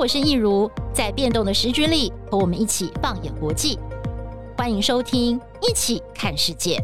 我是易如，在变动的时局里，和我们一起放眼国际。欢迎收听《一起看世界》。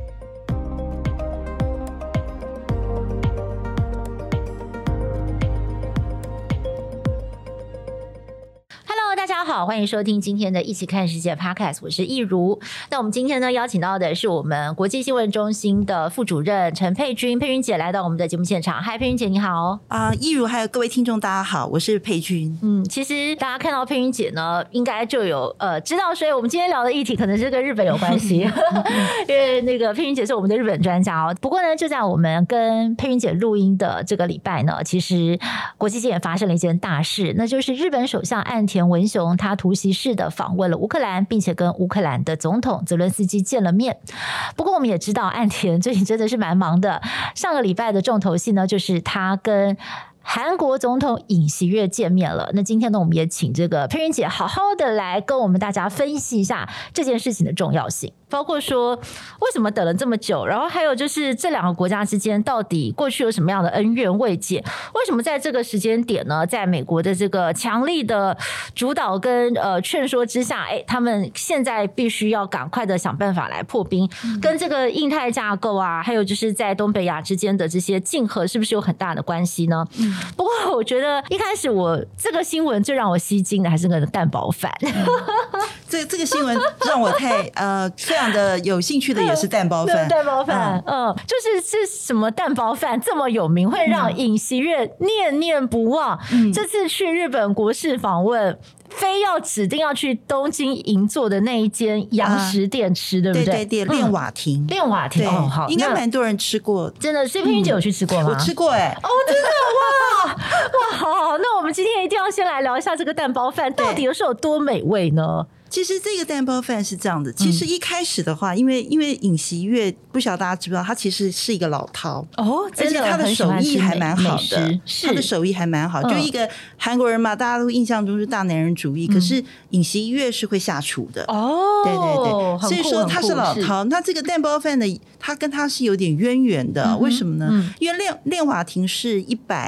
大家好，欢迎收听今天的一起看世界 Podcast， 我是易如。那我们今天呢邀请到的是我们国际新闻中心的副主任陈佩君，佩君姐来到我们的节目现场。嗨，佩君姐你好。 易如还有各位听众大家好，我是佩君。 其实大家看到佩君姐呢，应该就有知道，所以我们今天聊的议题可能是跟日本有关系，因为那个佩君姐是我们的日本专家哦。不过呢，就在我们跟佩君姐录音的这个礼拜呢，其实国际间也发生了一件大事，那就是日本首相岸田文雄他突袭式的访问了乌克兰，并且跟乌克兰的总统泽伦斯基见了面。不过我们也知道岸田最近真的是蛮忙的，上个礼拜的重头戏呢，就是他跟韩国总统尹锡悦见面了。那今天呢，我们也请这个佩君姐好好的来跟我们大家分析一下这件事情的重要性，包括说为什么等了这么久，然后还有就是这两个国家之间到底过去有什么样的恩怨未解，为什么在这个时间点呢，在美国的这个强力的主导跟劝说之下，他们现在必须要赶快的想办法来破冰，跟这个印太架构啊，还有就是在东北亚之间的这些竞合是不是有很大的关系呢？不过我觉得一开始我这个新闻最让我吸睛的还是个蛋包饭。 这个新闻让我太非常的有兴趣的也是蛋包饭。 蛋包饭，就是什么蛋包饭这么有名，会让尹锡悦念念不忘。这次去日本国事访问，非要指定要去东京银座的那一间洋食店吃，对不对？ 对，练瓦亭。 练瓦亭哦，好， 应该蛮多人吃过。 真的，所以佩君姐有去吃过吗？ 我吃过真的哇，好，那我们今天一定要先来聊一下这个蛋包饭到底有多美味呢？ 其实这个蛋包饭是这样的，其实一开始的话，因为尹锡悦不晓得大家知不知道，他其实是一个老饕而且他的手艺还蛮好的，他的手艺还蛮好。就一个韩国人嘛，大家都印象中是大男人主义，可是尹锡悦是会下厨的对，所以说他是老饕。那这个蛋包饭呢，他跟他是有点渊源的，为什么呢？因为练瓦亭是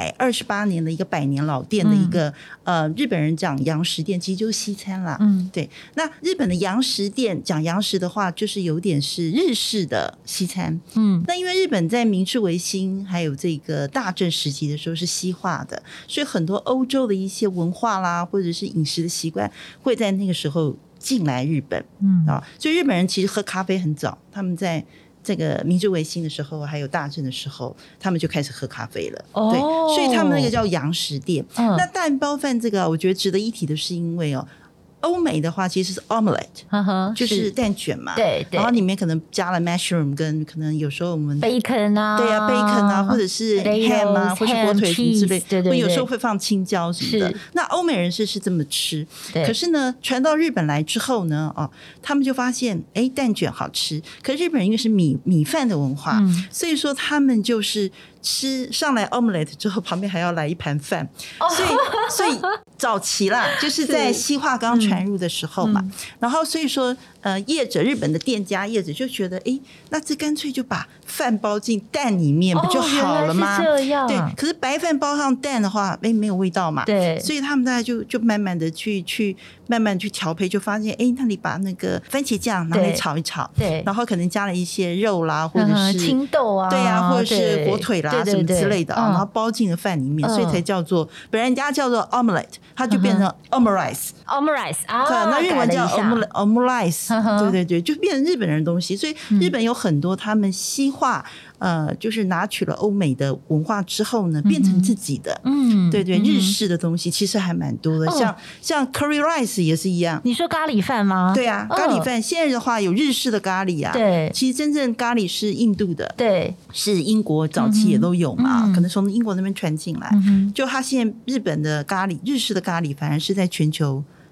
128年的一个100年老店的一个日本人讲洋食店，其实就是西餐啦。对。那日本的洋食店讲洋食的话，就是有点是日式的西餐。那因为日本在明治维新还有这个大正时期的时候是西化的，所以很多欧洲的一些文化啦，或者是饮食的习惯，会在那个时候进来日本。所以日本人其实喝咖啡很早，他们在这个明治维新的时候还有大正的时候，他们就开始喝咖啡了。对，所以他们那个叫洋食店。那蛋包饭这个我觉得值得一提的是因为欧美的话其实是 omelette，就是蛋卷嘛，对，然后里面可能加了 mushroom 跟可能有时候我们 bacon 啊， 对啊 bacon 啊，或者是 ham 啊，或是火腿什么之类，对，有时候会放青椒什么的。那欧美人士是这么吃，可是呢，传到日本来之后呢，他们就发现蛋卷好吃，可是日本人因为是米饭的文化，所以说他们就是吃上来 omelette 之后，旁边还要来一盘饭，所以早期啦，就是在西化刚传入的时候嘛，然后所以说日本的店家业者就觉得那这干脆就把饭包进蛋里面不就好了吗？ 原来是这样。 对，可是白饭包上蛋的话没有味道嘛，对，所以他们大概就慢慢的去慢慢去调配，就发现那你把那个番茄酱拿来炒一炒，对，然后可能加了一些肉啦，或者是青豆啊， 对啊，或者是火腿啦什么之类的然后包进了饭里面，所以才叫做本来人家叫做 omelette， 它就变成 omurice 啊，那日文叫 omurice， 对，就变成日本人的东西。所以日本有很多他们西化就是拿取了欧美的文化之后呢，变成自己的对，日式的东西其实还蛮多的，像 curry rice 也是一样。你说咖喱饭吗？ 对啊，咖喱饭现在的话有日式的咖喱啊，对，其实真正咖喱是印度的，对，是英国早期也都有嘛，可能从英国那边传进来，就它现在日本的咖喱，日式的咖喱反而是在全球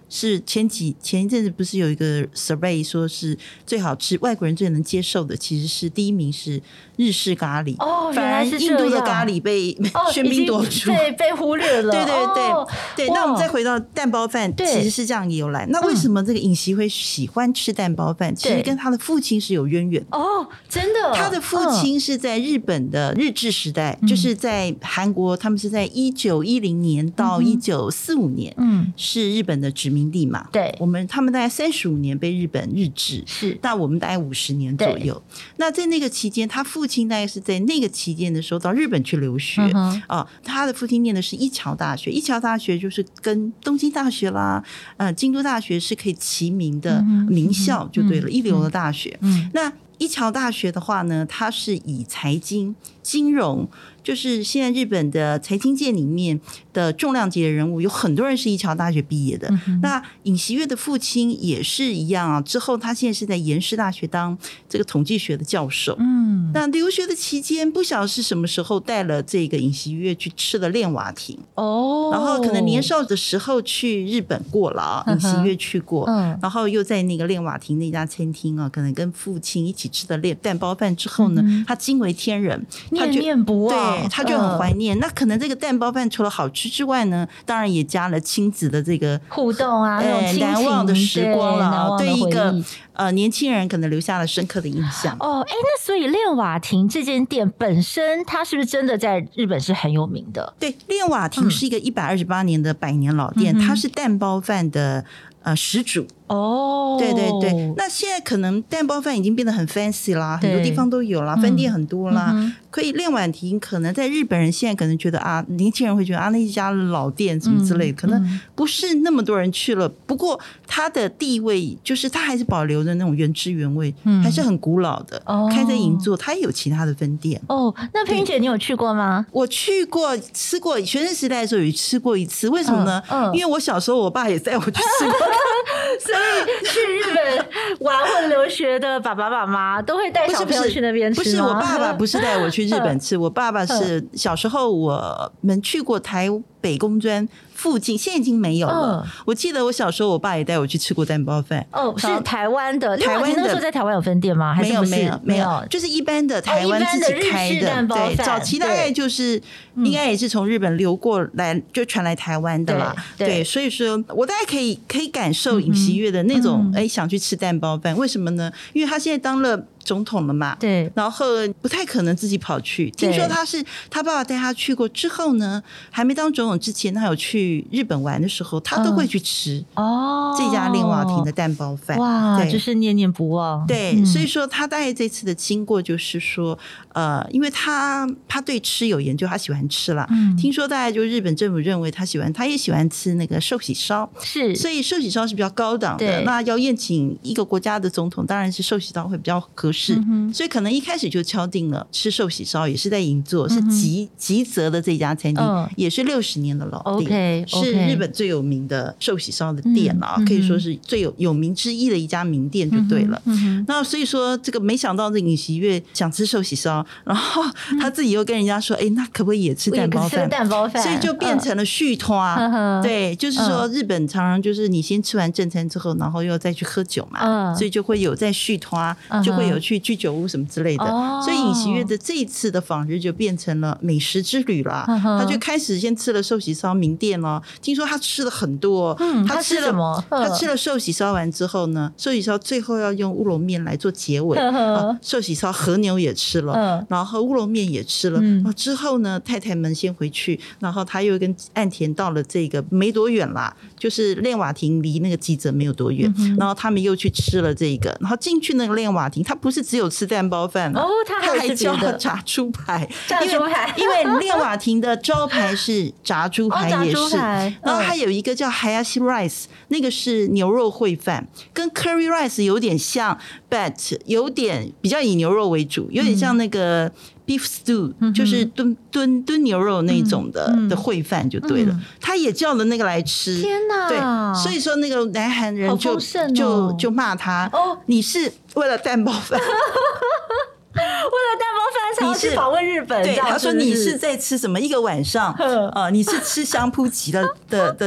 是前一阵子不是有一个 survey 说是最好吃外国人最能接受的，其实是第一名是日式咖喱反而印度的咖喱被喧宾夺主， 被忽略了。 对。那我们再回到蛋包饭，其实是这样由来。那为什么这个尹锡悦喜欢吃蛋包饭？其实跟他的父亲是有渊源真的。 他的父亲是在日本的日治时代，就是在韩国，他们是在1910年到1945年，是日本的殖民地嘛。 对， 他们大概35年被日本日治，是，那我们大概50年左右。那在那个期间，他父亲大概是在那个期间的时候到日本去留学他的父亲念的是一桥大学，一桥大学就是跟东京大学啦、京都大学是可以齐名的名校，就对了，一流的大学。那一桥大学的话呢，它是以财经、金融，就是现在日本的财经界里面的重量级的人物，有很多人是一桥大学毕业的。那尹锡悦的父亲也是一样之后他现在是在延世大学当这个统计学的教授。那留学的期间，不晓得是什么时候带了这个尹锡悦去吃了练瓦亭然后可能年少的时候去日本过了尹锡悦去过，然后又在那个练瓦亭那家餐厅可能跟父亲一起吃的蛋包饭之后呢，他惊为天人， 念念不忘。 对，他就很怀念。那可能这个蛋包饭除了好吃之外呢，当然也加了亲子的这个互动难忘的时光了，对一个年轻人可能留下了深刻的印象。 那所以练瓦亭这间店本身，它是不是真的在日本是很有名的？ 对，练瓦亭是一个128年的百年老店，它是蛋包饭的始祖。对对对。那现在可能蛋包饭已经变得很 fancy 啦，很多地方都有啦，饭店很多啦。可以练瓦亭可能在日本人现在可能觉得年轻人会觉得那一家老店什么之类的，可能不是那么多人去了。不过它的地位就是它还是保留的那种原汁原味，还是很古老的。开在银座，它也有其他的分店。 那佩云姐你有去过吗？ 我去过，吃过，学生时代的时候有吃过一次。为什么呢？因为我小时候我爸也带我去吃过。 所以去日本玩或者留学的爸爸妈妈都会带小朋友去那边吃吗？ 不是，我爸爸不是带我去日本吃，我爸爸是小时候我们去过台北工专附近，现在已经没有了。我记得我小时候我爸也带我去吃过蛋包饭。 是台湾的。你那时候在台湾有分店吗？还是没有，就是一般的台湾自己开的。对，早期大概就是应该也是从日本流过来就传来台湾的啦。对，所以说我大概可以感受尹锡悦的那种想去吃蛋包饭。为什么呢？因为他现在当了总统了嘛， 对， 然后不太可能自己跑去。听说他爸爸带他去过之后呢，还没当总统之前，他有去日本玩的时候，他都会去吃这家练瓦亭的蛋包饭。 哇，就是念念不忘。 对，所以说他大概这次的经过就是说，因为他对吃有研究，他喜欢吃啦。听说大概就日本政府认为他也喜欢吃那个寿喜烧， 是， 所以寿喜烧是比较高档的。那要宴请一个国家的总统，当然是寿喜烧会比较合适。所以可能一开始就敲定了吃寿喜烧，也是在银座，是吉泽的这家餐厅，也是60年的老店，是日本最有名的寿喜烧的店可以说是最有名之一的一家名店就对了。那所以说这个没想到这尹锡悦想吃寿喜烧，然后他自己又跟人家说那可不可以也吃蛋包饭？所以就变成了续托。对，就是说日本常常就是你先吃完正餐之后，然后又再去喝酒嘛，所以就会有在续托，就会有去居酒屋什么之类的。所以尹锡悦的这一次的访日就变成了美食之旅啦。他就开始先吃了寿喜烧名店咯，听说他吃了很多。 他吃什么？ 他吃了寿喜烧完之后呢，寿喜烧最后要用乌龙面来做结尾。寿喜烧和牛也吃了，然后乌龙面也吃了。之后呢，太太们先回去，然后他又跟岸田到了这个没多远啦，就是练瓦亭离那个吉泽没有多远。然后他们又去吃了这个，然后进去那个练瓦亭，他不是只有吃蛋包饭他还叫了炸猪排。因为练瓦亭的招牌是炸猪排，也是。然后还有一个叫 Hayashi Rice， 那个是牛肉烩饭，跟 Curry Rice 有点像 ，but 有点比较以牛肉为主，有点像那个 beef stew，就是炖牛肉那种的烩饭就对了。他也叫了那个来吃。 天哪！ 对，所以说那个南韩人就骂他，你是为了蛋包饭。 为了蛋包饭才要去访问日本， 对，他说你是在吃什么一个晚上？你是吃香扑吉的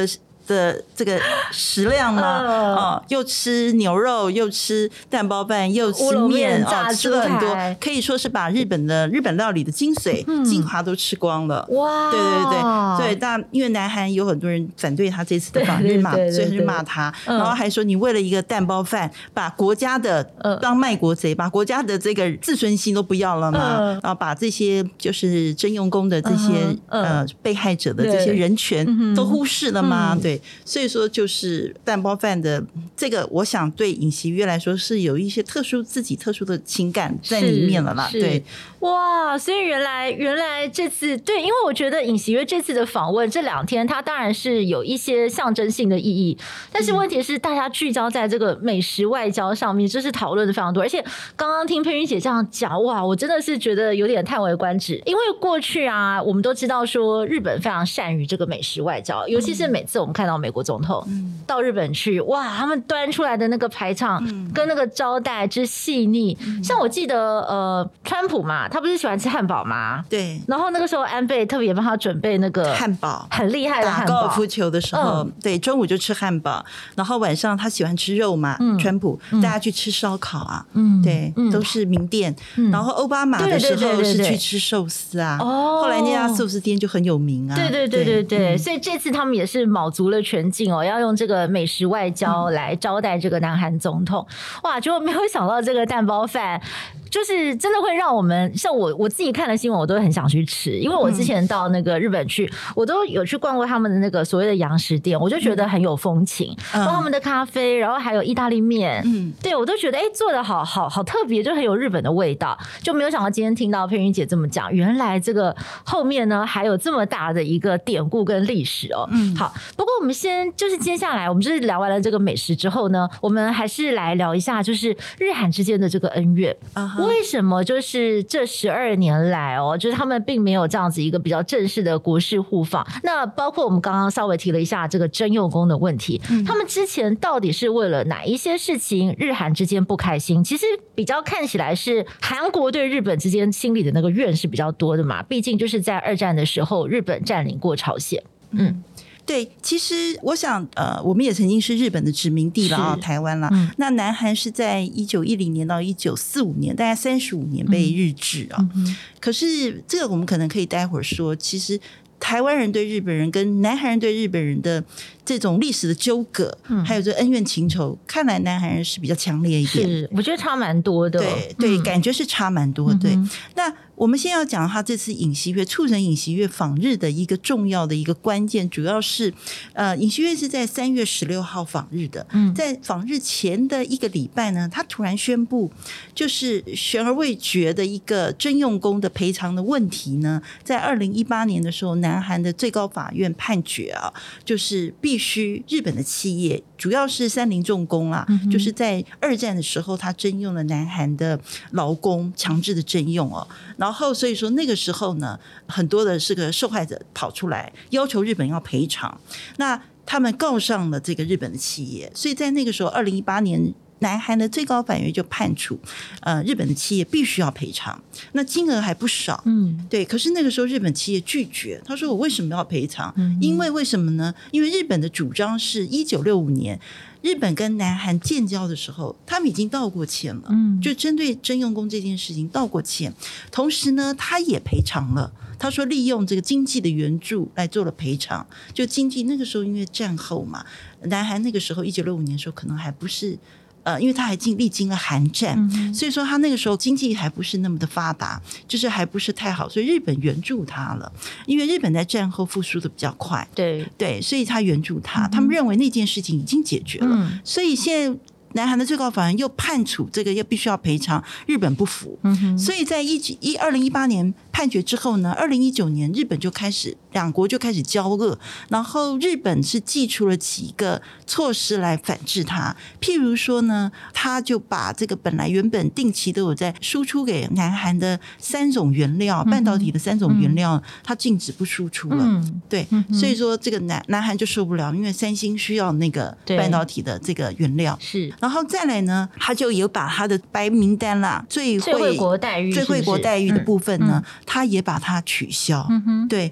的这个食量吗？又吃牛肉，又吃蛋包饭，又吃面，吃了很多，可以说是把日本料理的精髓、精华都吃光了。哇！对，但因为南韩有很多人反对他这次的访日嘛，所以他就骂他，然后还说你为了一个蛋包饭，把国家的当卖国贼，把国家的这个自尊心都不要了嘛，然后把这些就是征用工的这些被害者的这些人权都忽视了吗？对，所以说就是蛋包饭的这个，我想对尹锡悦来说是有一些自己特殊的情感在里面了啦。对， 哇，所以原来这次对，因为我觉得尹锡悦这次的访问这2天，他当然是有一些象征性的意义，但是问题是大家聚焦在这个美食外交上面，这是讨论的非常多。而且刚刚听佩云姐这样讲，哇，我真的是觉得有点叹为观止。因为过去啊，我们都知道说日本非常善于这个美食外交，尤其是每次我们看到美国总统到日本去，哇，他们端出来的那个排场跟那个招待之细腻。像我记得川普嘛，他不是喜欢吃汉堡吗？ 对。 然后那个时候安倍特别帮他准备那个汉堡， 很厉害的汉堡。 打高尔夫球的时候，对，中午就吃汉堡，然后晚上他喜欢吃肉嘛，川普大家去吃烧烤啊，对，都是名店。然后奥巴马的时候是去吃寿司啊，后来那家寿司店就很有名啊。 对，所以这次他们也是卯足了全劲要用这个美食外交来招待这个南韩总统。哇，结果没有想到这个蛋包饭就是真的会让我们，像我自己看了新闻，我都很想去吃，因为我之前到那个日本去，我都有去逛过他们的那个所谓的洋食店，我就觉得很有风情，包括他们的咖啡，然后还有意大利面，对，我都觉得做的好特别，就很有日本的味道，就没有想到今天听到佩云姐这么讲，原来这个后面呢还有这么大的一个典故跟历史哦。好，不过我们先就是接下来我们就是聊完了这个美食之后呢，我们还是来聊一下就是日韩之间的这个恩怨。为什么就是这12年来就是他们并没有这样子一个比较正式的国事互访？那包括我们刚刚稍微提了一下这个征用工的问题，他们之前到底是为了哪一些事情日韩之间不开心？其实比较看起来是韩国对日本之间心里的那个怨是比较多的嘛，毕竟就是在2战的时候日本占领过朝鲜。 对，其实我想，我们也曾经是日本的殖民地了台湾了。那南韩是在1910年到1945年，大概35年被日治可是这个我们可能可以待会儿说，其实台湾人对日本人跟南韩人对日本人的这种历史的纠葛，还有这恩怨情仇，看来南韩人是比较强烈一点， 是我觉得差蛮多的。 对，感觉是差蛮多。对，那我们先要讲他这次尹锡悦促成尹锡悦访日的一个重要的一个关键，主要是尹锡悦是在3月16号访日的，在访日前的1个礼拜呢，他突然宣布，就是悬而未决的一个征用工的赔偿的问题呢，在2018年的时候，南韩的最高法院判决就是必须日本的企业，主要是三菱重工就是在2战的时候，他征用了南韩的劳工，强制的征用然后所以说那个时候呢，很多的是个受害者跑出来要求日本要赔偿，那他们告上了这个日本的企业，所以在那个时候2018年南韩的最高法院就判处日本的企业必须要赔偿，那金额还不少。对，可是那个时候日本企业拒绝，他说我为什么要赔偿？因为什么呢？因为日本的主张是1965年日本跟南韩建交的时候，他们已经道过歉了，就针对征用工这件事情道过歉，同时呢他也赔偿了，他说利用这个经济的援助来做了赔偿，就经济那个时候因为战后嘛，南韩那个时候1965年的时候可能还不是因为他还历经了韩战，所以说他那个时候经济还不是那么的发达，就是还不是太好，所以日本援助他了，因为日本在战后复苏的比较快，对，所以他援助他，他们认为那件事情已经解决了，所以现在南韩的最高法院又判处这个又必须要赔偿，日本不服，所以在2018年判决之后呢，2019年日本就开始两国就开始交恶，然后日本是祭出了几个措施来反制它，譬如说呢，他就把这个原本定期都有在输出给南韩的3种原料，半导体的3种原料，他禁止不输出了，对，所以说这个南韩就受不了，因为三星需要那个半导体的这个原料， 是， 然后再来呢，他就有把他的白名单啦，最惠国待遇的部分呢，他也把它取消，对，就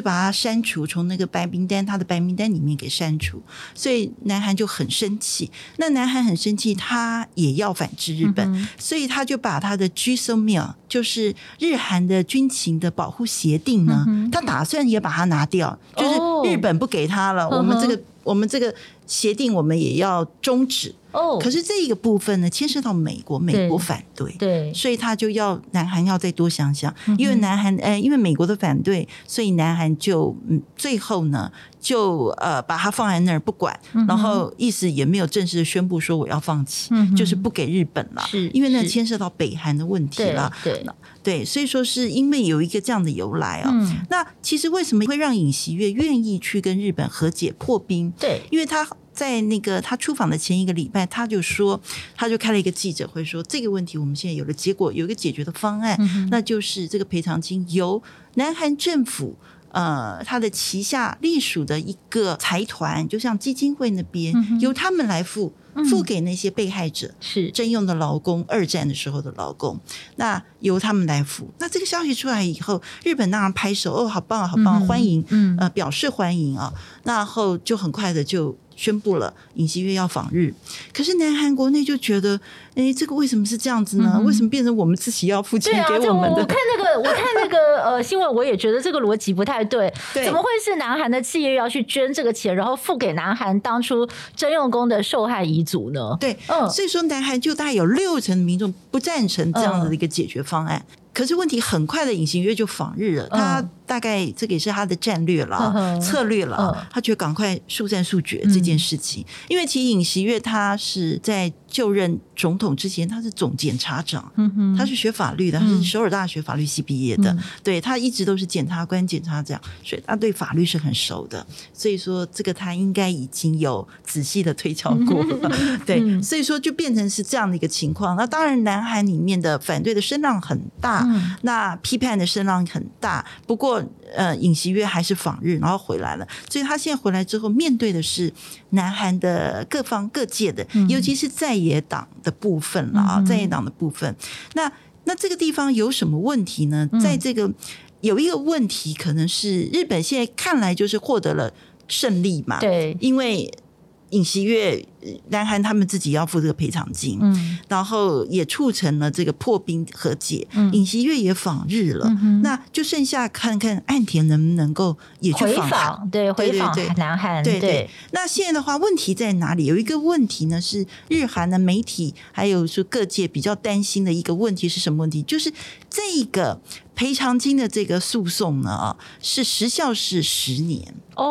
把他删除，从那个白名单，他的白名单里面给删除，所以南韩就很生气。那南韩很生气，他也要反制日本，所以他就把他的 GSOMIA， 就是日韩的军情的保护协定呢，他打算也把它拿掉，就是日本不给他了，我们这个协定我们也要终止。可是这一个部分呢，牵涉到美国反对，所以他就要南韩要再多想想，因为因为美国的反对，所以南韩就最后呢就把它放在那儿不管，然后意思也没有正式的宣布说我要放弃，就是不给日本了，因为那牵涉到北韩的问题了，对，所以说是因为有一个这样的由来那其实为什么会让尹锡悦愿意去跟日本和解破冰？对，因为他在那个他出访的前一个礼拜，他就开了一个记者会说，这个问题我们现在有了结果，有一个解决的方案，那就是这个赔偿金由南韩政府他的旗下隶属的一个财团，就像基金会那边，由他们来付给那些被害者，是征用的劳工，二战的时候的劳工，那由他们来付。那这个消息出来以后，日本当然拍手，好棒好棒，欢迎，表示欢迎啊。然后就很快的就宣布了尹锡悦要访日。可是南韩国内就觉得，这个为什么是这样子呢？为什么变成我们自己要付钱给我们的？ 我看那个新闻，我也觉得这个逻辑不太对。怎么会是南韩的企业要去捐这个钱，然后付给南韩当初征用工的受害遗族呢？对， 所以说南韩就大概有60%的民众不赞成这样的一个解决方案。可是问题很快的，尹锡悦就访日了，他大概这个也是他的战略了，策略了，他觉得赶快速战速决这件事情。因为其实尹锡悦他是在就任总统之前，他是总检察长，他是学法律的，他是首尔大学法律系毕业的，对，他一直都是检察官、检察长，所以他对法律是很熟的。所以说这个他应该已经有仔细的推敲过了，对，所以说就变成是这样的一个情况。那当然南韩里面的反对的声浪很大，那批判的声浪很大，不过尹锡悦还是访日，然后回来了。所以他现在回来之后，面对的是南韩的各方各界的，尤其是在野党的部分了在野党的部分。那这个地方有什么问题呢？在这个有一个问题，可能是日本现在看来就是获得了胜利嘛，对，因为尹锡悦南韩他们自己要付这个赔偿金，然后也促成了这个破冰和解，尹锡悦也访日了，那就剩下看看岸田能不能够也去访韩， 回访南韩， 对。那现在的话，问题在哪里？有一个问题呢，是日韩的媒体还有说各界比较担心的一个问题是什么问题？就是这个赔偿金的这个诉讼呢，是时效是10年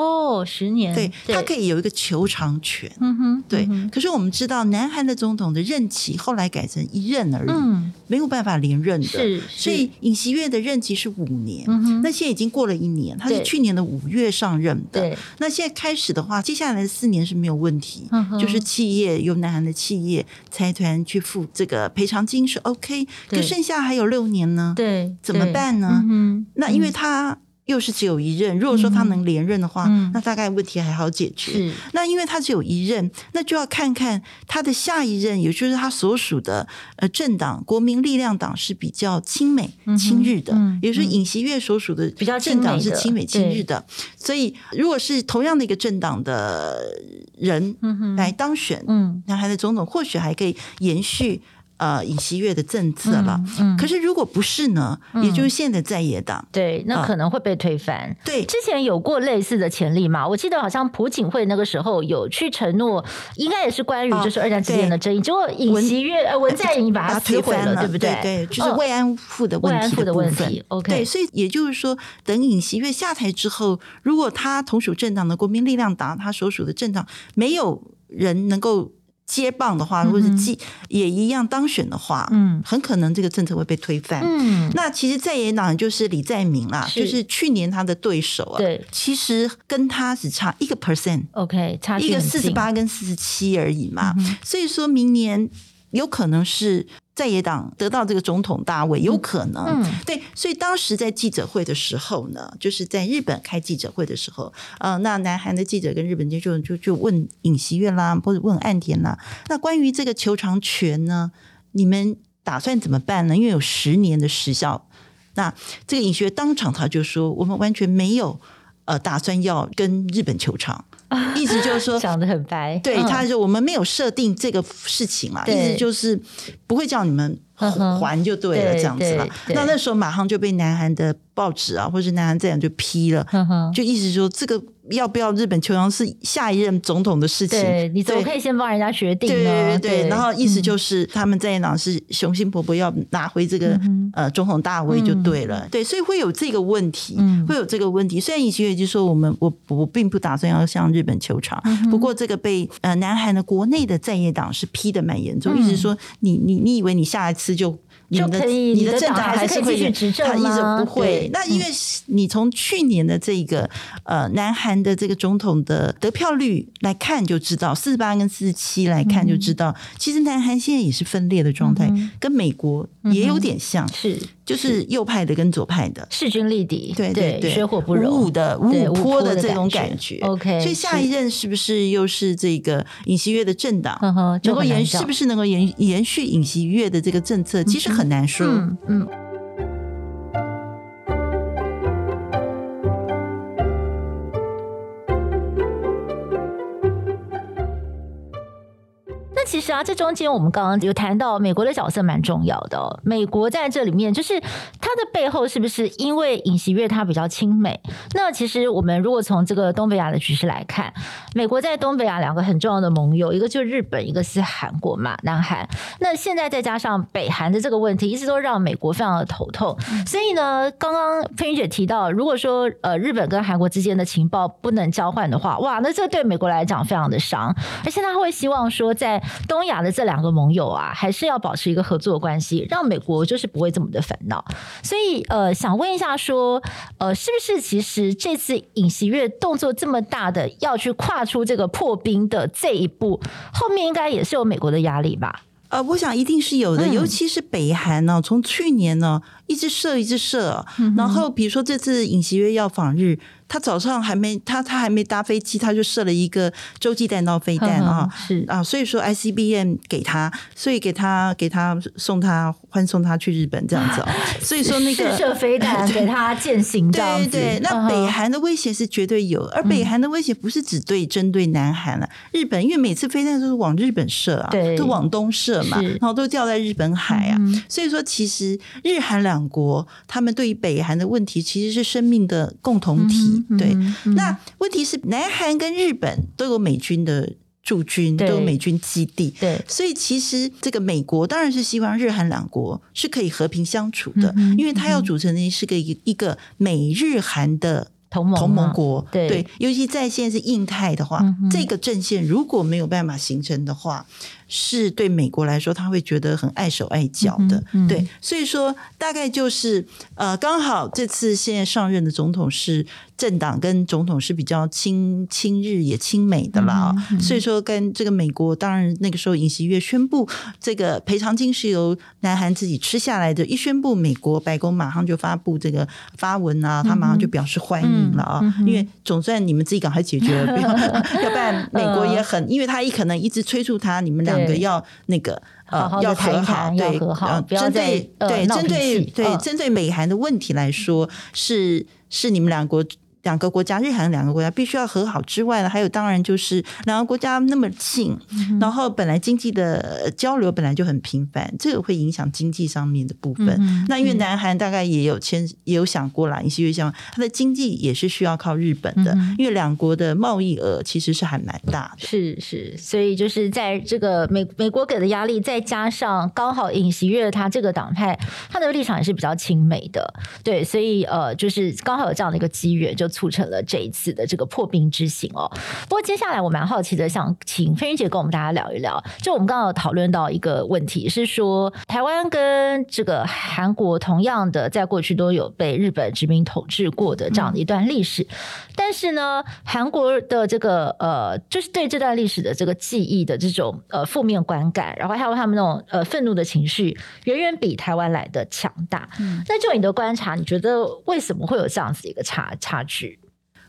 10年， 对，它可以有一个求偿权，对。可是我们知道，南韩的总统的任期后来改成1任而已，没有办法连任的，所以尹锡悦的任期是5年，那现在已经过了1年，他是去年的5月上任的，那现在开始的话，接下来的4年是没有问题，就是企业由南韩的企业财团去付这个赔偿金是 OK， 可剩下还有6年呢，对，怎么办呢？那因为他又是只有1任，如果说他能连任的话，那大概问题还好解决。那因为他只有1任，那就要看看他的下一任，也就是他所属的政党国民力量党是比较亲美亲日的，也就是尹锡悦所属的政党是亲美亲日的，所以如果是同样的一个政党的人来当选南韩的总统，或许还可以延续尹锡悦的政策了，可是如果不是呢，也就是现在在野党， 对，那可能会被推翻。 对， 之前有过类似的前例嘛？我记得好像朴槿惠那个时候有去承诺，应该也是关于就是2战之间的争议，结果尹锡悦文在寅把它推翻了，对不对？ 对，就是慰安妇的问题的部分。OK， 对，所以也就是说，等尹锡悦下台之后，如果他同属政党的国民力量党，他所属的政党没有人能够接棒的话，或者也一样当选的话，很可能这个政策会被推翻。那其实在野党就是李在明啦，就是去年他的对手啊，对，其实跟他只差1%， OK， 差距一个48跟47而已嘛，所以说明年有可能是在野党得到这个总统大位，有可能，对，所以当时在记者会的时候呢，就是在日本开记者会的时候，那南韩的记者跟日本就问尹锡悦啦，或者问岸田啦，那关于这个求偿权呢，你们打算怎么办呢？因为有10年的时效，那这个尹锡悦当场他就说，我们完全没有打算要跟日本求偿。意思就是说讲得很白， 对，他说我们没有设定这个事情嘛，意思就是不会叫你们还就对了，这样子嘛。那时候马上就被南韩的报纸啊，或是南韩这样就批了，就意思说这个要不要日本求偿是下一任总统的事情， 对，你怎么可以先帮人家决定呢？ 对，然后意思就是他们在党是雄心勃勃要拿回这个总统大位就对了，对，所以会有这个问题，会有这个问题。虽然尹锡悦就说我并不打算要向日本求偿，不过这个被南韩的国内的在野党是批的蛮严重，意思说你以为你下一次就可以， 你的政党还是继续执政吗？ 他一直不会。那因为你从去年的这个南韩的这个总统的得票率来看就知道，48跟47来看就知道，其实南韩现在也是分裂的状态，跟美国也有点像， 是就是右派的跟左派的势均力敌， 对， 水火不容， 五五坡的这种感觉。 OK， 所以下一任是不是又是这个尹锡悦的政党能够是不是能够延续尹锡悦的这个政策？其实很难说。 其实啊，这中间我们刚刚有谈到美国的角色蛮重要的哦。美国在这里面，就是它的背后是不是因为尹锡悦他比较亲美？那其实我们如果从这个东北亚的局势来看，美国在东北亚两个很重要的盟友，一个就是日本，一个是韩国嘛，南韩。那现在再加上北韩的这个问题，一直都让美国非常的头痛。所以呢，刚刚佩云姐提到，如果说日本跟韩国之间的情报不能交换的话，哇，那这对美国来讲非常的伤，而且他会希望说在东亚的这两个盟友啊，还是要保持一个合作的关系，让美国就是不会这么的烦恼。所以想问一下说，是不是其实这次尹锡悦动作这么大的要去跨出这个破冰的这一步，后面应该也是有美国的压力吧？ 我想一定是有的，尤其是北韩呢，从去年呢一直射，然后比如说这次尹锡悦要访日，他早上还没搭飞机，他就射了一个洲际弹道飞弹所以说 ICBM 给他，所以给他欢送他去日本这样子所以说那个试射飞弹给他践行这样子， 对，那北韩的威胁是绝对有，而北韩的威胁不是只针对南韩了，日本因为每次飞弹都是往日本射都往东射嘛，然后都掉在日本海所以说其实日韩两国他们对于北韩的问题其实是生命的共同体。对，那问题是南韩跟日本都有美军的驻军，都有美军基地， 对， 所以其实这个美国当然是希望日韩两国是可以和平相处的，因为它要组成的是一个美日韩的同盟国，对，尤其在现在是印太的话，这个阵线如果没有办法形成的话，是对美国来说他会觉得很碍手碍脚的，对，所以说大概就是刚好这次现在上任的总统是政党跟总统是比较亲日也亲美的啦，所以说跟这个美国，当然那个时候尹锡悦宣布这个赔偿金是由南韩自己吃下来的，一宣布美国白宫马上就发布这个发文他马上就表示欢迎了因为总算你们自己赶快解决了要不然美国也很因为他可能一直催促他你们两个要那个要和好，对，针对美韩的问题来说，是你们两个国家，日韩两个国家必须要和好之外呢，还有当然就是两个国家那么近，然后本来经济的交流本来就很频繁，这个会影响经济上面的部分。那因为南韩大概也有想过啦，尹锡悦想它的经济也是需要靠日本的，因为两国的贸易额其实是还蛮大的。 是，所以就是在这个美国给的压力，再加上刚好尹锡悦他这个党派他的立场也是比较亲美的，对，所以就是刚好有这样的一个机缘，就促成了这一次的这个破冰之行哦。不过接下来我蛮好奇的，想请飞云姐跟我们大家聊一聊。就我们刚刚有讨论到一个问题，是说台湾跟这个韩国同样的在过去都有被日本殖民统治过的这样的一段历史，但是呢，韩国的这个就是对这段历史的这个记忆的这种负面观感，然后还有他们那种愤怒的情绪，远远比台湾来的强大。那就你的观察，你觉得为什么会有这样子一个差距？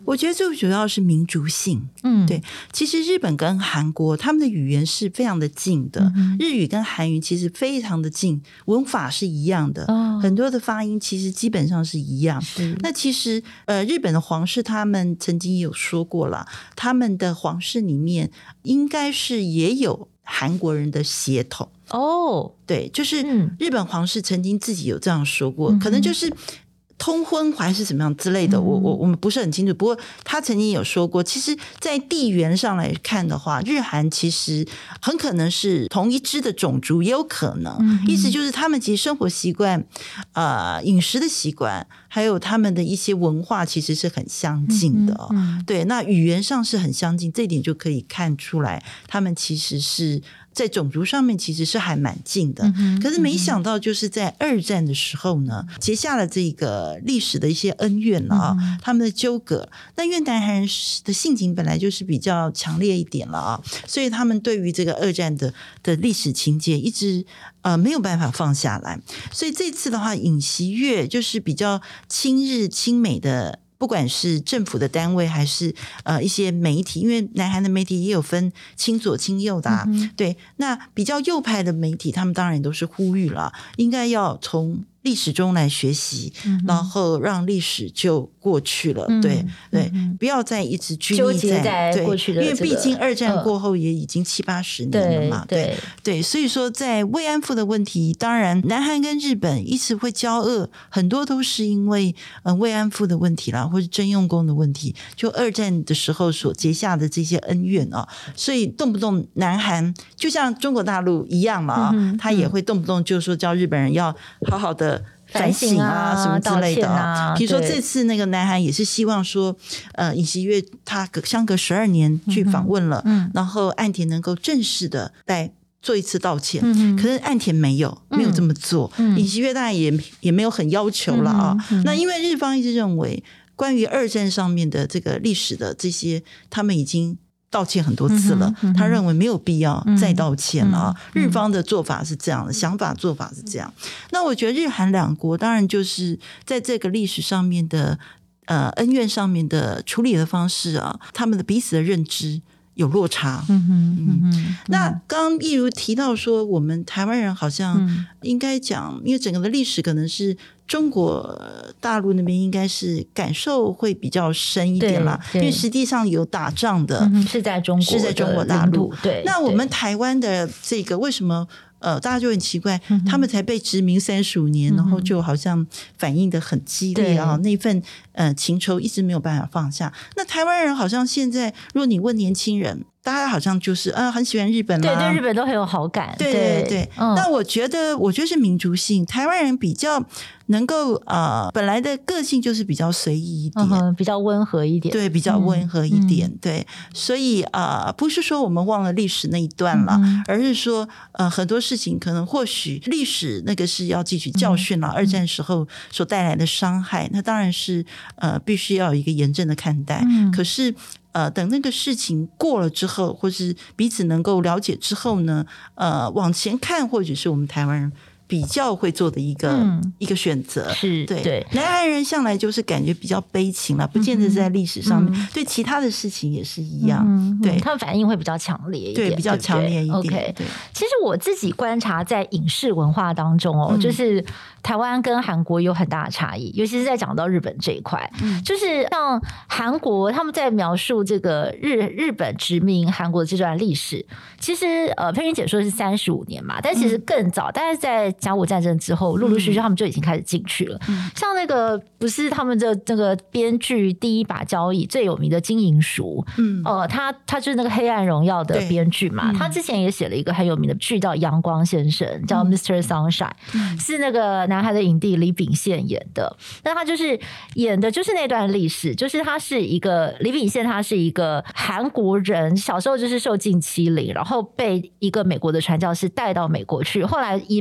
我觉得最主要是民族性。对，其实日本跟韩国他们的语言是非常的近的，日语跟韩语其实非常的近，文法是一样的，很多的发音其实基本上是一样。那其实日本的皇室他们曾经有说过了，他们的皇室里面应该是也有韩国人的血统。对，就是日本皇室曾经自己有这样说过，可能就是通婚还是怎么样之类的，我们不是很清楚。不过他曾经有说过，其实在地缘上来看的话，日韩其实很可能是同一支的种族，也有可能。意思就是他们其实生活习惯、饮食的习惯，还有他们的一些文化，其实是很相近的。对，那语言上是很相近，这一点就可以看出来，他们其实是在种族上面其实是还蛮近的。可是没想到就是在二战的时候呢，结下了这个历史的一些恩怨了啊，他们的纠葛。那因为南韩人的性情本来就是比较强烈一点了啊，所以他们对于这个二战的历史情节一直没有办法放下来。所以这次的话，尹锡悦就是比较亲日亲美的，不管是政府的单位还是一些媒体，因为南韩的媒体也有分亲左亲右的对，那比较右派的媒体他们当然都是呼吁了，应该要从历史中来学习，然后让历史就过去了。对对，不要再一直拘泥在过去的， 因为毕竟二战过后也已经70-80年了嘛。对对，所以说在慰安妇的问题，当然南韩跟日本一直会交恶，很多都是因为慰安妇的问题啦，或是征用工的问题，就二战的时候所结下的这些恩怨啊，所以动不动南韩就像中国大陆一样嘛他也会动不动就说叫日本人要好好的反省什么之类的比如说这次那个南韩也是希望说尹锡悦他相隔12年去访问了然后岸田能够正式的来做一次道歉可是岸田没有这么做尹锡悦当然也没有很要求了那因为日方一直认为关于二战上面的这个历史的这些他们已经道歉很多次了他认为没有必要再道歉了日方的做法是这样的想法做法是这样那我觉得日韩两国当然就是在这个历史上面的恩怨上面的处理的方式他们的彼此的认知有落差那刚刚亦如提到说我们台湾人好像应该讲因为整个的历史可能是中国大陆那边应该是感受会比较深一点啦因为实际上有打仗的是在中国大陆对那我们台湾的这个为什么大家就很奇怪他们才被殖民35年然后就好像反应得很激烈那份情仇一直没有办法放下那台湾人好像现在如果你问年轻人大家好像就是很喜欢日本嘛对日本都很有好感对那我觉得是民族性台湾人比较能够本来的个性就是比较随意一点比较温和一点对比较温和一点对所以不是说我们忘了历史那一段了而是说很多事情可能或许历史那个是要汲取教训了二战时候所带来的伤害那当然是必须要有一个严正的看待可是等那个事情过了之后或是彼此能够了解之后呢往前看或者是我们台湾人比较会做的一个选择是对南韩人向来就是感觉比较悲情了不见得在历史上面对其他的事情也是一样对他们反应会比较强烈一点对比较强烈一点 OK 其实我自己观察在影视文化当中就是台湾跟韩国有很大的差异尤其是在讲到日本这一块就是像韩国他们在描述这个日本殖民韩国这段历史其实佩君姐说是35年嘛但其实更早大概在甲午战争之后陆陆续续他们就已经开始进去了像那个不是他们的这个编剧第一把交椅最有名的金银淑他就是那个黑暗荣耀的编剧嘛他之前也写了一个很有名的剧叫阳光先生叫 Mr. Sunshine 是那个南韩的影帝李秉宪演的那他就是演的就是那段历史就是他是一个李秉宪他是一个韩国人小时候就是受尽欺凌然后被一个美国的传教士带到美国去后来以美国军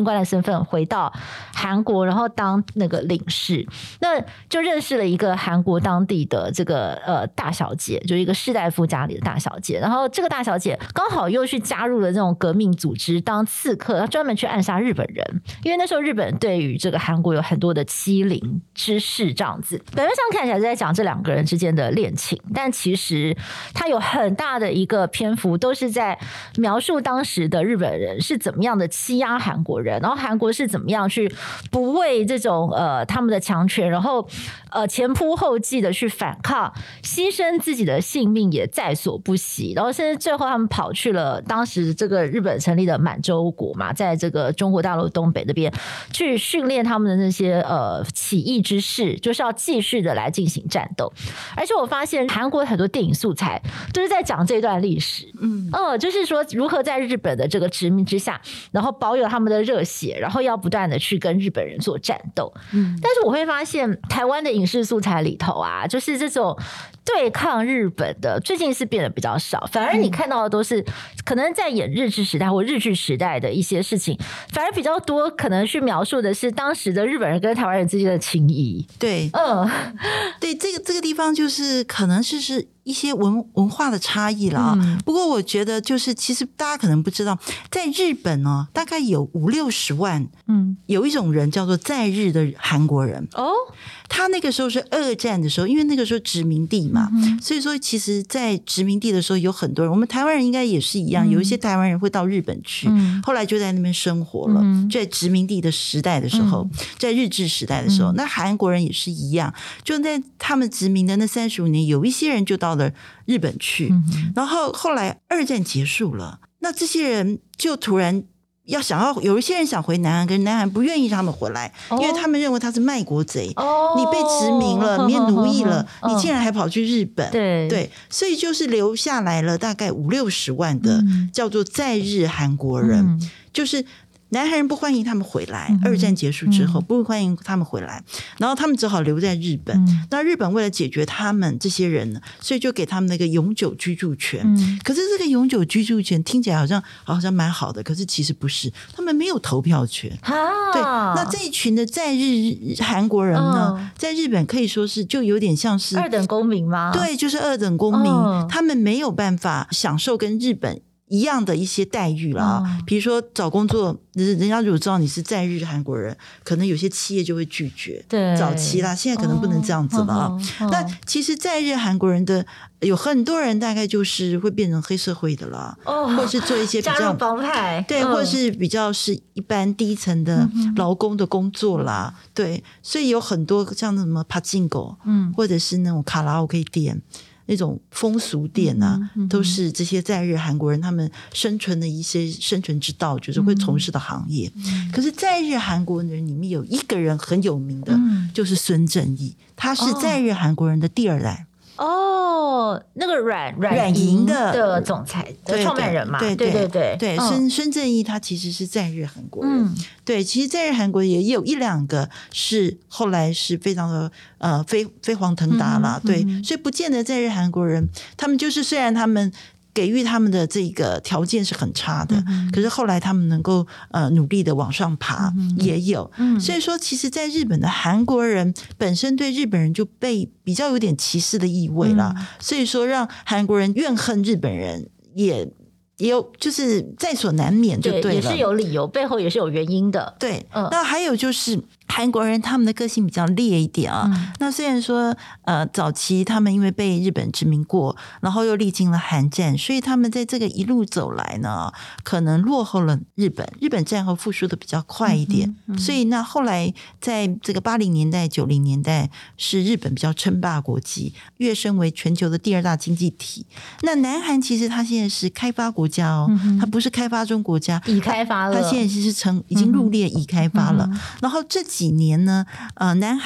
军官的身份回到韩国，然后当那个领事，那就认识了一个韩国当地的这个大小姐，就是一个士大夫家里的大小姐，然后这个大小姐刚好又去加入了这种革命组织当刺客，专门去暗杀日本人，因为那时候日本人对于这个韩国有很多的欺凌之事，这样子表面上看起来是在讲这两个人之间的恋情，但其实他有很大的一个篇幅都是在描述当时的日本人是怎么样的欺压韩国人，然后韩国是怎么样去不畏这种他们的强权，然后前仆后继的去反抗，牺牲自己的性命也在所不惜，然后甚至最后他们跑去了当时这个日本成立的满洲国嘛，在这个中国大陆东北那边去训练他们的那些起义之士，就是要继续的来进行战斗。而且我发现韩国很多电影素材都是在讲这段历史，就是说如何在日本的这个殖民之下，然后保有他们的热血，然后要不断的去跟日本人做战斗。但是我会发现台湾的影视素材里头啊，就是这种对抗日本的最近是变得比较少，反而你看到的都是可能在演日治时代或日剧时代的一些事情，反而比较多可能去描述的是当时的日本人跟台湾人之间的情谊。 对，对，这个地方就是可能是一些文化的差异了啊。不过我觉得就是其实大家可能不知道，在日本呢，大概有50-60万，有一种人叫做在日的韩国人。他那个时候是二战的时候，因为那个时候殖民地嘛，所以说其实在殖民地的时候有很多人，我们台湾人应该也是一样，有一些台湾人会到日本去，后来就在那边生活了，就在殖民地的时代的时候，在日治时代的时候，那韩国人也是一样，就在他们殖民的那35年，有一些人就到了日本去，然后后来二战结束了，那这些人就突然有一些人想回南韩，可是南韩不愿意让他们回来，因为他们认为他是卖国贼，你被殖民了，你被奴役了，你竟然还跑去日本，对，所以就是留下来了大概50-60万的叫做在日韩国人，就是南韩人不欢迎他们回来，二战结束之后不欢迎他们回来，然后他们只好留在日本。那日本为了解决他们这些人呢，所以就给他们那个永久居住权。可是这个永久居住权听起来好像蛮好的，可是其实不是，他们没有投票权。对，那这一群的在日韩国人呢，在日本可以说是就有点像是二等公民吗？ 对，就是二等公民，他们没有办法享受跟日本一样的一些待遇啦，比如说找工作，人家如果知道你是在日韩国人，可能有些企业就会拒绝。对，早期啦，现在可能不能这样子了啊。那其实在日韩国人的有很多人大概就是会变成黑社会的啦，或是做一些比较加入帮派， 对，或是比较是一般低层的劳工的工作啦，对，所以有很多像什么帕金狗，或者是那种卡拉 OK 店。那种风俗店啊，都是这些在日韩国人他们生存的一些生存之道，就是会从事的行业。可是在日韩国人里面有一个人很有名的，就是孙正义，他是在日韩国人的第二代。 那个软银的总裁的创办人嘛，对， 孙正义他其实是在日韩国人，对，其实在日韩国也有1-2个是后来是非常的飞黄腾达啦，对，所以不见得在日韩国人，他们就是虽然他们给予他们的这个条件是很差的，可是后来他们能够努力的往上爬，也有。所以说其实在日本的韩国人本身对日本人就被比较有点歧视的意味啦，所以说让韩国人怨恨日本人也有就是在所难免就对了， 也是有理由，背后也是有原因的。 对，那还有就是韩国人他们的个性比较烈一点啊。那虽然说早期他们因为被日本殖民过，然后又历经了韩战，所以他们在这个一路走来呢，可能落后了日本。日本战后复苏的比较快一点，所以那后来在这个80年代、90年代是日本比较称霸国际，跃升为全球的第2大经济体。那南韩其实它现在是开发国家哦，它不是开发中国家， 已开发了， 它现在是已经入列已开发了。然后这几年呢，南韩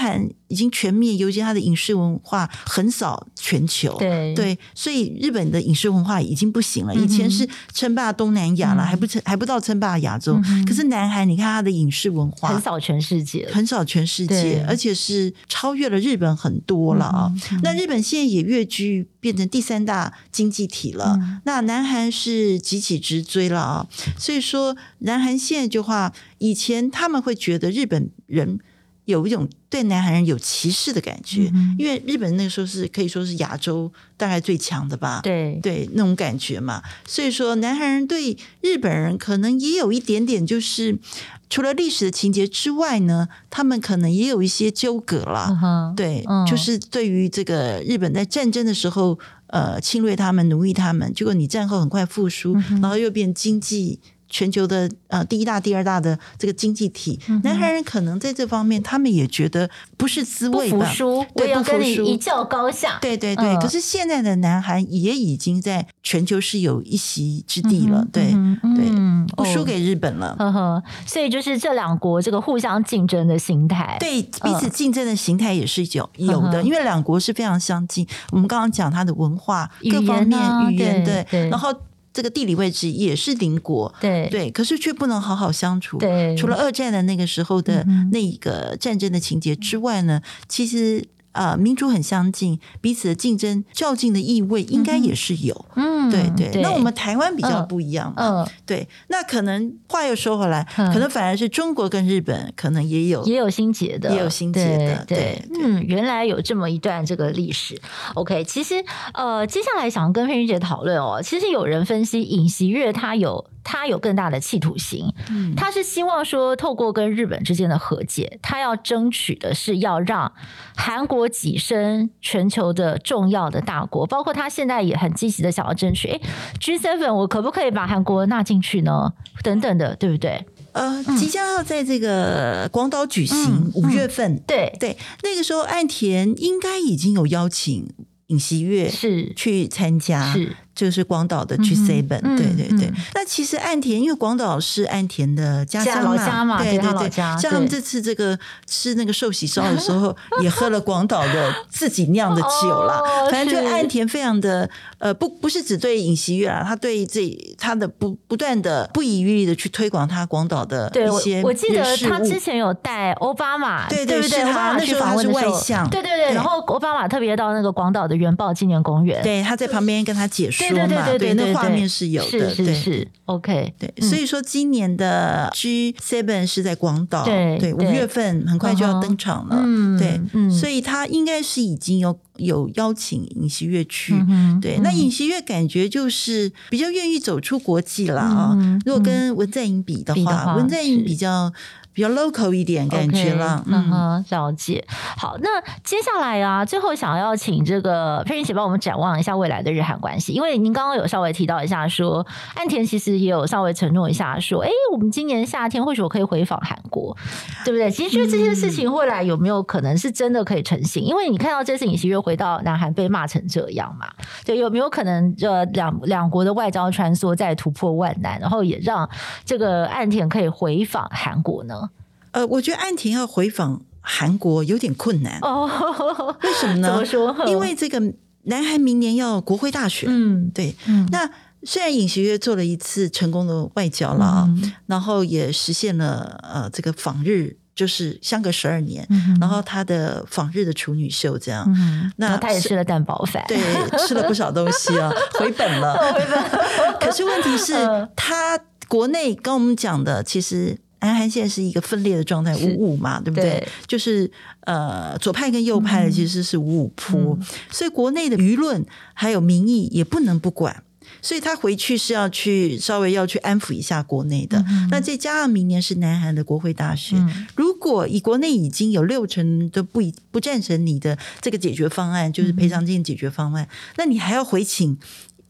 已经全灭，尤其他的影视文化横扫全球。对，所以日本的影视文化已经不行了。以前是称霸东南亚了，还不到称霸亚洲。可是南韩，你看他的影视文化横扫全世界， 而且是超越了日本很多了啊。那日本现在也跃居变成第3大经济体了，那南韩是急起直追了啊。所以说，南韩现在的话，以前他们会觉得日本人有一种对南韩人有歧视的感觉，因为日本那个时候是可以说是亚洲大概最强的吧，对那种感觉嘛。所以说，南韩人对日本人可能也有一点点，就是除了历史的情节之外呢，他们可能也有一些纠葛啦。对，就是对于这个日本在战争的时候，侵略他们、奴役他们，结果你战后很快复苏，然后又变经济。全球的第1大、第2大的这个经济体，南韩人可能在这方面，他们也觉得不是滋味吧， 不服输，我要跟你一较高下。 对。可是现在的南韩也已经在全球是有一席之地了，对，不输给日本了。 所以就是这两国这个互相竞争的心态， 对彼此竞争的形态也是有的，因为两国是非常相近。我们刚刚讲它的文化、各方面语言，对，然后。这个地理位置也是邻国，对，可是却不能好好相处。对，除了2战的那个时候的那个战争的情节之外呢，其实民族很相近，彼此的竞争较劲的意味应该也是有。对。那我们台湾比较不一样嘛，对。那可能话又说回来，可能反而是中国跟日本可能也有心结的，对。原来有这么一段这个历史。OK， 其实接下来想跟佩君姐讨论哦，其实有人分析尹锡悦他有更大的企图心，他是希望说透过跟日本之间的和解，他要争取的是要让韩国跻身全球的重要的大国，包括他现在也很积极的想要争取G7 我可不可以把韩国纳进去呢？等等的，对不对？ 即将要在这个广岛举行，5月份，对，那个时候岸田应该已经有邀请尹锡悦是去参加，就是广岛的 G7，对。那其实岸田，因为广岛是岸田的家乡老家嘛，对， 像他们这次这个吃那个寿喜烧的时候，也喝了广岛的自己酿的酒啦。反正就岸田非常的不是只对尹锡悦啦，他对他的不断的不遗余力的去推广他广岛的一些我记得他之前有带奥巴马，对不对？奥巴马去访问的时候，对，然后奥巴马特别到那个广岛的原爆纪念公园， 对，他在旁边跟他解说。对，那画面是有的， 是 OK， 对，所以说今年的 G7 是在广岛，对，5月份很快就要登场了，对，所以他应该是已经有邀请尹锡悦去，对，那尹锡悦感觉就是比较愿意走出国际了啊。如果跟文在寅比的话，文在寅比较 local 一点感觉了， 了解。好，那接下来啊，最后想要请这个佩君姐帮我们展望一下未来的日韩关系，因为您刚刚有稍微提到一下说，岸田其实也有稍微承诺一下说，我们今年夏天或许我可以回访韩国，对不对？其实这些事情未来有没有可能是真的可以成型？因为你看到这次尹锡悦回到南韩被骂成这样嘛，对，有没有可能两国的外交穿梭再突破万难，然后也让这个岸田可以回访韩国呢？ 我觉得岸田要回访韩国有点困难为什么呢？ 怎么说？ 因为这个南韩明年要国会大选，对，那虽然尹锡悦做了一次成功的外交了，然后也实现了这个访日，就是相隔12年，然后他的访日的处女秀这样， 那他也吃了蛋包饭， 对，吃了不少东西啊，回本了。可是问题是，他国内跟我们讲的，其实南韩现在是一个分裂的状态，5-5嘛，对不对？就是左派跟右派的其实是5-5坡，所以国内的舆论还有民意也不能不管。所以他回去是稍微要去安抚一下国内的，那再加上明年是南韩的国会大选，如果以国内已经有60%都不赞成你的这个解决方案，就是赔偿金解决方案，那你还要回请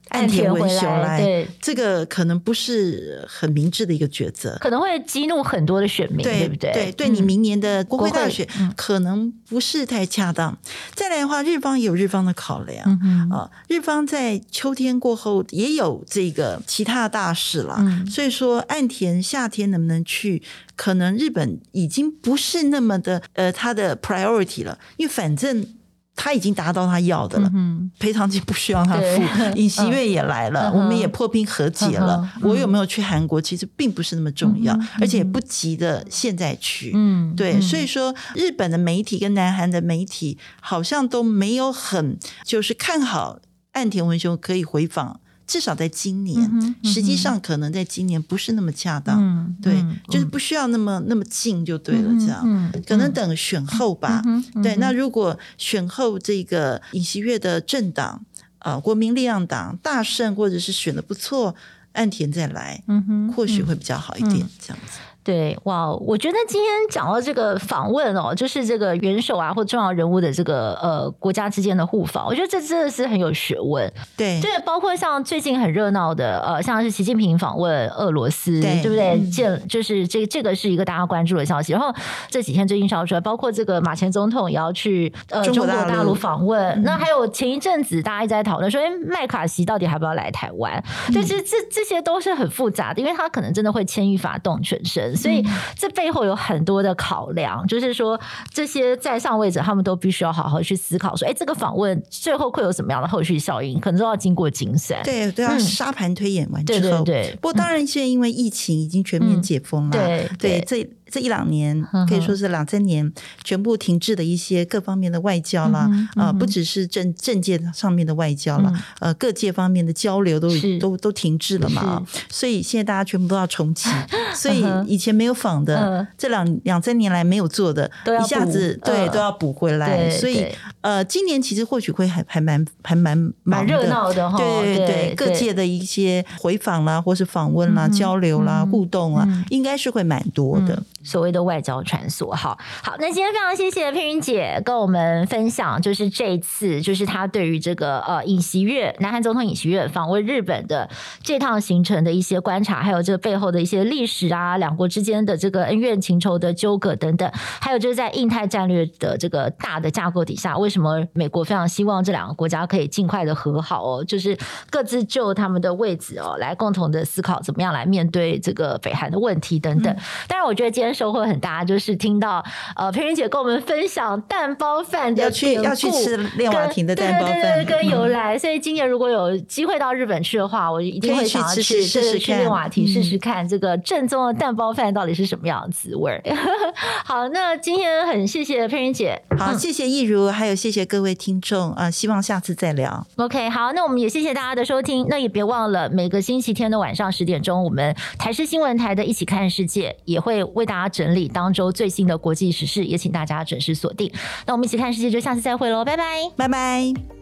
岸田文雄来，这个可能不是很明智的一个抉择， 可能会激怒很多的选民，对不对？ 对，你明年的国会大选可能不是太恰当。再来的话，日方也有日方的考量日方在秋天过后也有这个其他的大事了，所以说岸田夏天能不能去，可能日本已经不是那么的他的 priority 了，因为反正他已经达到他要的了，赔偿金不需要他付，尹锡悦也来了，我们也破冰和解了，我有没有去韩国其实并不是那么重要，而且也不急的现在去，对，所以说日本的媒体跟南韩的媒体好像都没有很就是看好岸田文雄可以回访，至少在今年，实际上可能在今年不是那么恰当，对，就是不需要那么近就对了，这样，可能等选后吧，对，那如果选后这个尹锡悦的政党国民力量党大胜，或者是选得不错，岸田再来，或许会比较好一点，这样子。 对，哇，我觉得今天讲到这个访问就是这个元首或重要人物的这个国家之间的互访，我觉得这真的是很有学问。 对， 包括像最近很热闹的像是习近平访问俄罗斯，对不对？就是这个是一个大家关注的消息。然后这几天最近烧出来，包括这个马前总统也要去中国大陆访问，那还有前一阵子大家一直在讨论说，麦卡锡到底还不要来台湾？对，这些都是很复杂的，因为他可能真的会牵一发动全身。所以这背后有很多的考量，就是说这些在上位者他们都必须要好好去思考说，这个访问最后会有什么样的后续效应，可能都要经过精算， 对，都要沙盘推演完之后， 对。 不过当然现在因为疫情已经全面解封了，对，这一两年可以说是2-3年全部停滞的一些各方面的外交啦，不只是政界上面的外交啦，各界方面的交流都停滞了嘛，所以现在大家全部都要重启，所以以前没有访的，这2-3年来没有做的，一下子都要补回来，所以今年其实或许会还蛮热闹的， 对，各界的一些回访啦，或是访问啦、交流啦、互动啊，应该是会蛮多的。 所谓的外交传所。好，那今天非常谢谢佩云姐跟我们分享，就是这一次就是她对于这个南韩总统尹锡悦访问日本的这趟行程的一些观察，还有这个背后的一些历史两国之间的这个恩怨情仇的纠葛等等，还有就是在印太战略的这个大的架构底下，为什么美国非常希望这两个国家可以尽快的和好就是各自就他们的位置来共同的思考怎么样来面对这个北韩的问题等等。当然我觉得今天收获很大，就是听到佩云姐跟我们分享蛋包饭的要去吃练瓦亭的蛋包饭跟由来，所以今年如果有机会到日本去的话，我一定会想要去练瓦亭试试看这个正宗的蛋包饭到底是什么样的滋味。好，那今天很谢谢佩云姐， 好，谢谢益如，还有谢谢各位听众希望下次再聊。 OK， 好，那我们也谢谢大家的收听，那也别忘了每个星期天的晚上10点钟，我们台视新闻台的一起看世界也会为大家整理当周最新的国际时事，也请大家准时锁定。那我们一起看世界就下次再会咯，拜拜， 拜拜。